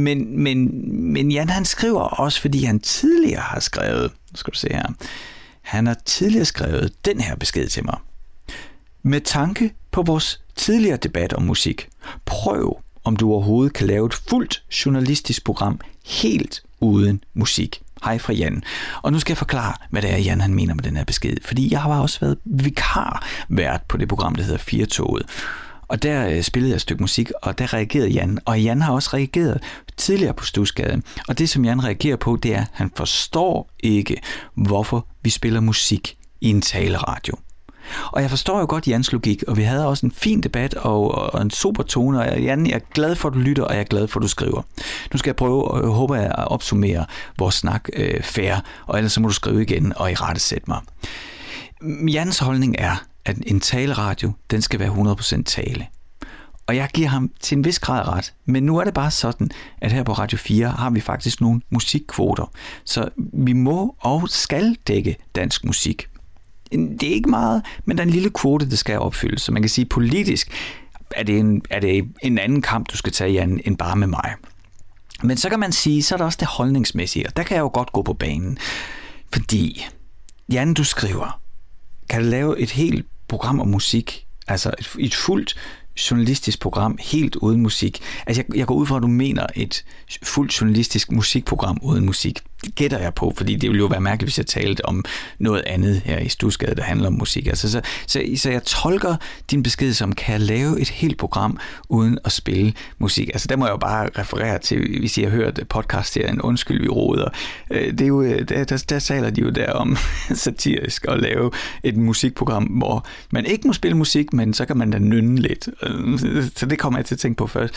Men Jan, han skriver også, fordi han tidligere har skrevet, skal du se her, han har tidligere skrevet den her besked til mig. Med tanke på vores tidligere debat om musik, prøv om du overhovedet kan lave et fuldt journalistisk program helt uden musik. Hej fra Jan. Og nu skal jeg forklare, hvad det er, Jan han mener med den her besked. Fordi jeg har også været vikarvært på det program, der hedder Firtoget. Og der spillede jeg et stykke musik, og der reagerede Jan. Og Jan har også reageret tidligere på Studsgade. Og det, som Jan reagerer på, det er, at han forstår ikke, hvorfor vi spiller musik i en taleradio. Og jeg forstår jo godt Jans logik, og vi havde også en fin debat og en super tone, og Jan, jeg er glad for, at du lytter, og jeg er glad for, at du skriver. Nu skal jeg prøve, og jeg håber, at opsummere vores snak fair, og ellers så må du skrive igen og irettesætte mig. Jans holdning er, at en taleradio, den skal være 100% tale. Og jeg giver ham til en vis grad ret, men nu er det bare sådan, at her på Radio 4 har vi faktisk nogle musikkvoter, så vi må og skal dække dansk musik. Det er ikke meget, men der er en lille kvote, der skal opfyldes. Så man kan sige, politisk er det en anden kamp, du skal tage, Jan, end bare med mig. Men så kan man sige, så er der også det holdningsmæssige, og der kan jeg jo godt gå på banen. Fordi, Jan, du skriver, kan du lave et helt program om musik, altså et fuldt journalistisk program helt uden musik. Altså jeg går ud fra, at du mener et fuldt journalistisk musikprogram uden musik. Det gætter jeg på, fordi det ville jo være mærkeligt, hvis jeg talte om noget andet her i Studsgade, der handler om musik. Altså, så jeg tolker din besked som, kan jeg lave et helt program uden at spille musik? Altså der må jeg jo bare referere til, hvis I har hørt podcastserien Undskyld, vi roder. Det er jo, der taler de jo der om satirisk at lave et musikprogram, hvor man ikke må spille musik, men så kan man da nynne lidt. Så det kommer jeg til at tænke på først.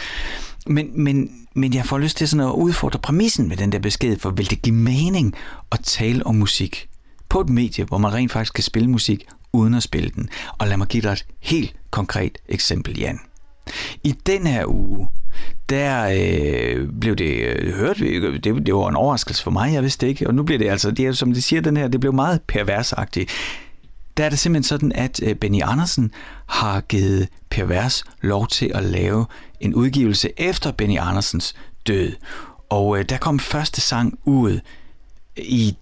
Men jeg får lyst til sådan at udfordre præmissen med den der besked, for vil det give mening at tale om musik på et medie, hvor man rent faktisk kan spille musik uden at spille den. Og lad mig give dig et helt konkret eksempel, Jan. I den her uge, der blev det hørt, det var en overraskelse for mig, jeg vidste ikke, og nu bliver det altså, det er, som de siger, den her, det blev meget perversagtigt. Der er det simpelthen sådan, at Benny Andersen har givet Pervers lov til at lave en udgivelse efter Benny Andersens død. Og der kom første sang ud i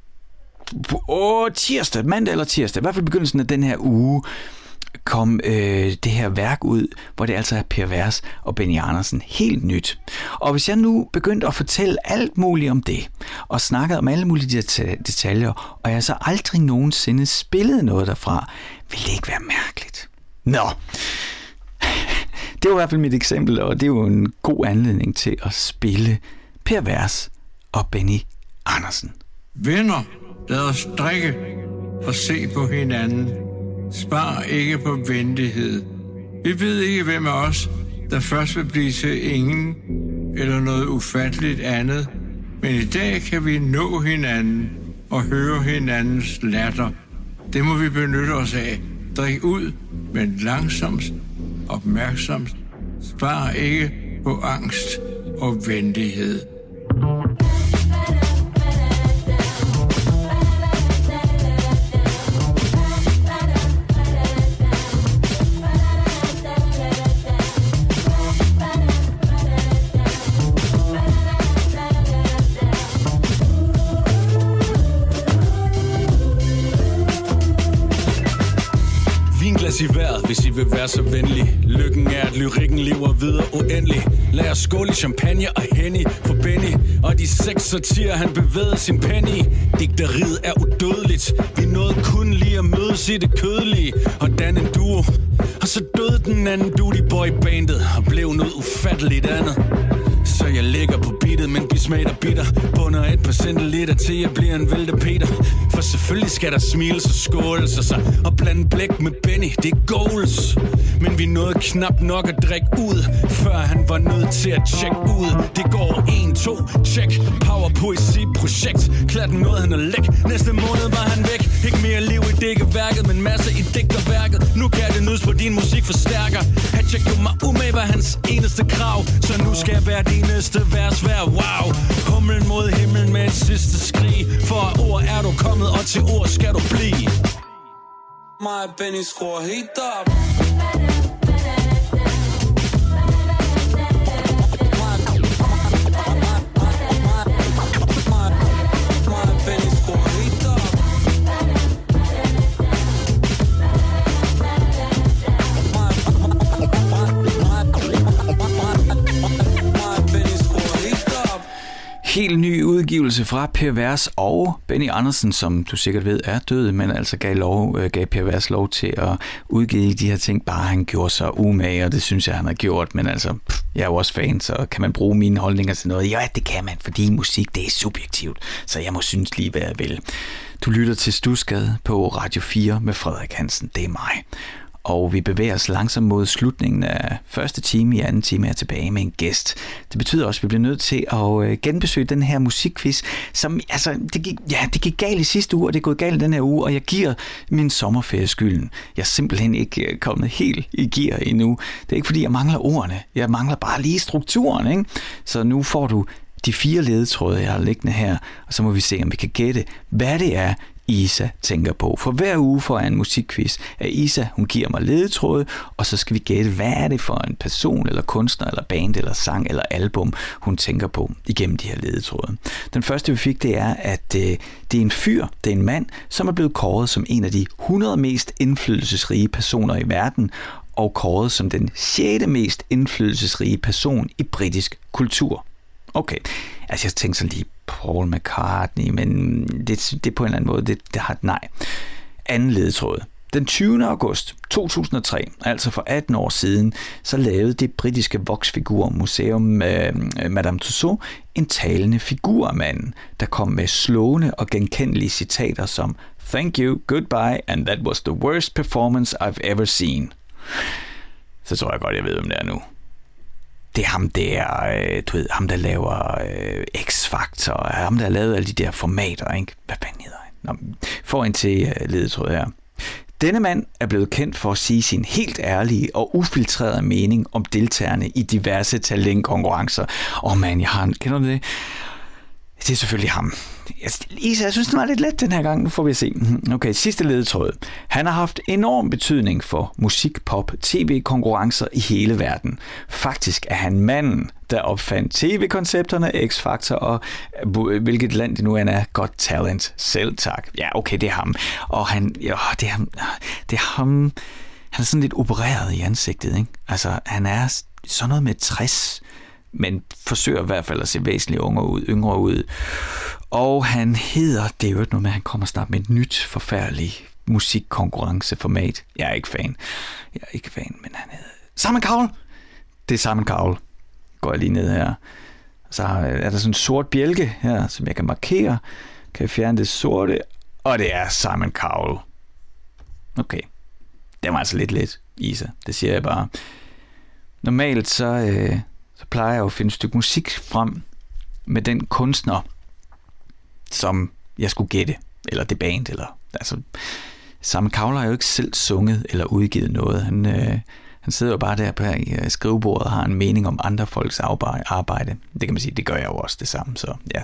tirsdag, mandag eller tirsdag, i hvert fald begyndelsen af den her uge, kom det her værk ud, hvor det altså er Pervers og Benny Andersen. Helt nyt. Og hvis jeg nu begyndte at fortælle alt muligt om det, og snakkede om alle mulige detaljer, og jeg så aldrig nogensinde spillede noget derfra, ville det ikke være mærkeligt. Nå, det var i hvert fald mit eksempel, og det er jo en god anledning til at spille Pervers og Benny Andersen. Venner, lad os drikke og se på hinanden. Spar ikke på venlighed. Vi ved ikke, hvem af os, der først vil blive til ingen eller noget ufatteligt andet. Men i dag kan vi nå hinanden og høre hinandens latter. Det må vi benytte os af. Drik ud, men langsomt, opmærksomt. Spar ikke på angst og venlighed. I vejret, hvis I vil være så venlig. Lykken er, at lyrikken lever videre uendelig. Lad os skåle i champagne og Henny for Benny. Og de 6 sortier, han bevægede sin penny. Digteriet er udødeligt. Vi nåede kun lige at mødes i det kødelige og danne en duo. Og så døde den anden duty boy bandet og blev noget ufatteligt andet. Så jeg ligger på beatet, men bismag og bitter. Bunder 1% liter til jeg bliver en vælte Peter. For selvfølgelig skal der smiles og skåles og så og blande blæk med Benny, det er goals. Men vi nåede knap nok at drikke ud, før han var nødt til at tjekke ud. Det går 1-2, check, power poesi projekt. Klart nåede han at lægge, næste måned var han væk. Ikke mere liv i dækkeværket, men masser i digterværket. Nu kan det nydes på din musikforstærker. Han tjekker mig umage var hans eneste krav. Så nu skal jeg være din næste vers værd, wow. Humlen mod himlen med et sidste skrig. For ord er du kommet, og til ord skal du blive. Mig og Benny skruer helt op. Helt ny udgivelse fra Per Vers og Benny Andersen, som du sikkert ved er død, men altså gav Per Vers lov til at udgive de her ting, bare han gjorde sig umage, og det synes jeg, han har gjort. Men altså, jeg er jo også fan, så kan man bruge mine holdninger til noget? Ja, det kan man, fordi musik, det er subjektivt, så jeg må synes lige, hvad jeg vil. Du lytter til Studsgade på Radio 4 med Frederik Hansen, det er mig. Og vi bevæger os langsomt mod slutningen af første time. I anden time er tilbage med en gæst. Det betyder også, at vi bliver nødt til at genbesøge den her musikquiz, som altså, det gik galt i sidste uge, og det er gået galt den her uge, og jeg giver min sommerferie skylden. Jeg er simpelthen ikke kommet helt i gear endnu. Det er ikke, fordi jeg mangler ordene. Jeg mangler bare lige strukturen, ikke? Så nu får du de 4 ledetråde, jeg har liggende her, og så må vi se, om vi kan gætte, hvad det er, Isa tænker på. For hver uge får jeg en musikquiz af Isa. Hun giver mig ledetråde, og så skal vi gætte, hvad er det for en person, eller kunstner, eller band, eller sang, eller album, hun tænker på igennem de her ledetråde. Den første, vi fik, det er, at det er en fyr, det er en mand, som er blevet kåret som en af de 100 mest indflydelsesrige personer i verden, og kåret som den 6. mest indflydelsesrige person i britisk kultur. Okay, altså jeg tænkte så lige Paul McCartney, men det på en eller anden måde, det har et nej. Anden ledetråd. Den 20. august 2003, altså for 18 år siden, så lavede det britiske voksfigurmuseum Madame Tussauds en talende figur af manden, der kom med slående og genkendelige citater som "Thank you, goodbye, and that was the worst performance I've ever seen." Så tror jeg godt, jeg ved, hvem det er nu. Det er ham der, du ved, ham der laver X-Factor, ham der har lavet alle de der formater, ikke? Hvad fanden hedder han? Nå, får en til ledetråd her. Denne mand er blevet kendt for at sige sin helt ærlige og ufiltrerede mening om deltagerne i diverse talentkonkurrencer. Kender du det? Det er selvfølgelig ham. Isa, jeg synes, det var lidt let den her gang. Nu får vi se. Okay, sidste ledetråd. Han har haft enorm betydning for musik, pop, tv-konkurrencer i hele verden. Faktisk er han manden, der opfandt tv-koncepterne, X-Factor og hvilket land det nu er, Got Talent. Selv tak. Ja, okay, det er ham. Og det er ham. Han er sådan lidt opereret i ansigtet, ikke? Altså, han er sådan noget med 60, men forsøger i hvert fald at se væsentligt yngre ud. Og han hedder, det er jo noget med, at han kommer snart med et nyt forfærdeligt musikkonkurrenceformat. Jeg er ikke fan, men han hedder Simon Cowell. Det er Simon Cowell. Går jeg lige ned her. Så er der sådan en sort bjælke her, som jeg kan markere. Kan jeg fjerne det sorte? Og det er Simon Cowell. Okay. Det var altså lidt let, Isa. Det siger jeg bare. Normalt så plejer jeg at finde et stykke musik frem med den kunstner, som jeg skulle gætte, eller det band, eller altså Simon Cowell har jo ikke selv sunget eller udgivet noget. Han sidder jo bare der på skrivebordet og har en mening om andre folks arbejde. Det kan man sige, det gør jeg jo også det samme, så ja.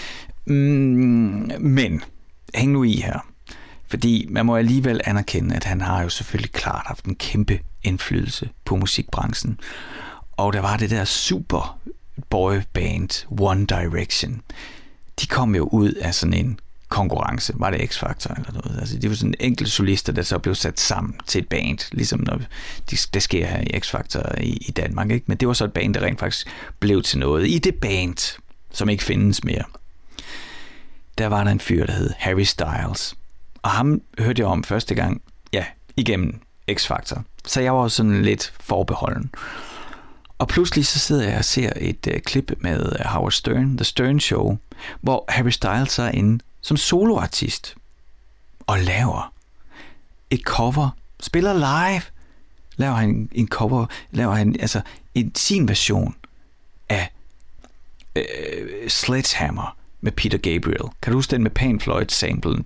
Men hæng nu i her, fordi man må alligevel anerkende, at han har jo selvfølgelig klart haft en kæmpe indflydelse på musikbranchen. Og der var det der super boyband One Direction. De kom jo ud af sådan en konkurrence. Var det X-Factor eller noget? Altså, det var sådan enkelte solister, der så blev sat sammen til et band, ligesom når det sker her i X-Factor i Danmark, ikke? Men det var så et band, der rent faktisk blev til noget. I det band, som ikke findes mere, der var der en fyr, der hed Harry Styles. Og ham hørte jeg om første gang, ja, igennem X-Factor. Så jeg var også sådan lidt forbeholden. Og pludselig så sidder jeg og ser et klip med Howard Stern, The Stern Show, hvor Harry Styles er inde som soloartist og laver et cover, spiller live, laver han en cover, laver han altså sin version af Sledgehammer med Peter Gabriel. Kan du huske den med Pink Floyd-samplen?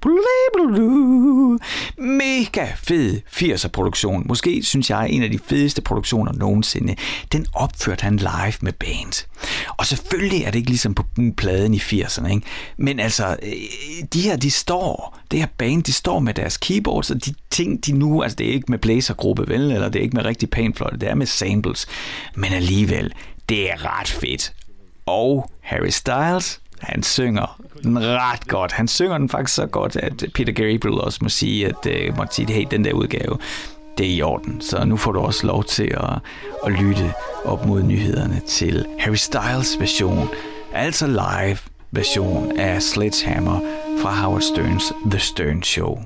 Mega fed 80'er produktion. Måske synes jeg en af de fedeste produktioner nogensinde. Den opførte han live med band. Og selvfølgelig er det ikke ligesom på pladen i 80'erne, ikke? Men altså, det her band, de står med deres keyboards, og de ting, de nu, altså det er ikke med blæsergruppe, vel? Eller det er ikke med rigtig Pink Floyd, det er med samples. Men alligevel, det er ret fedt. Og Harry Styles, han synger den ret godt. Han synger den faktisk så godt, at Peter Gabriel også må sige, hey, den der udgave, det er i orden. Så nu får du også lov til at lytte op mod nyhederne til Harry Styles version, altså live version af Sledgehammer fra Howard Sterns The Stern Show.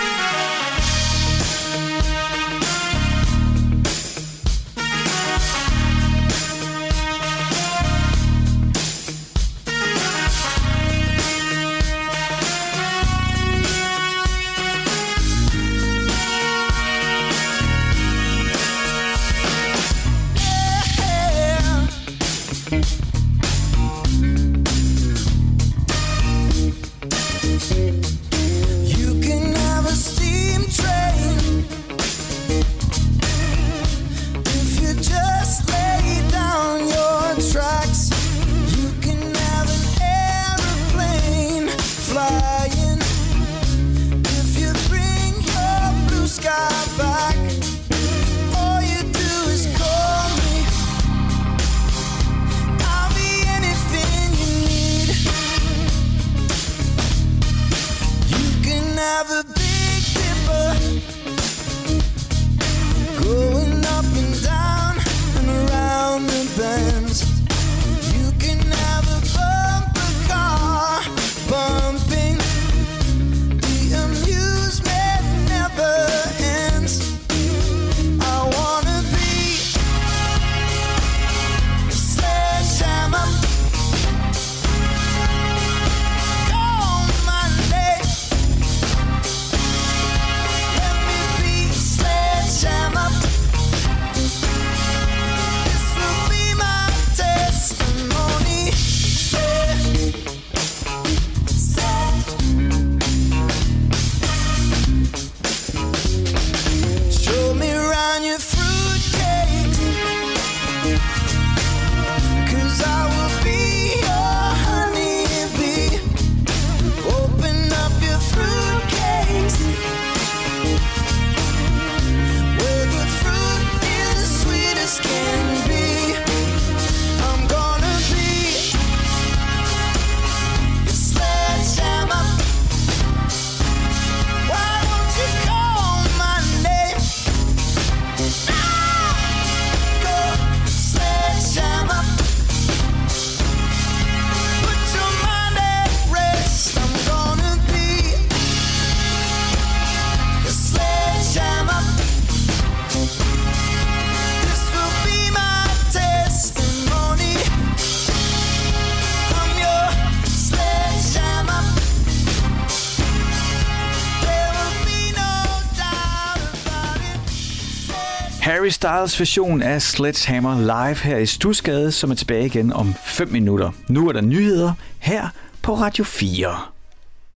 Harry Styles version af Sledgehammer live her i Studsgade, som er tilbage igen om 5 minutter. Nu er der nyheder her på Radio 4.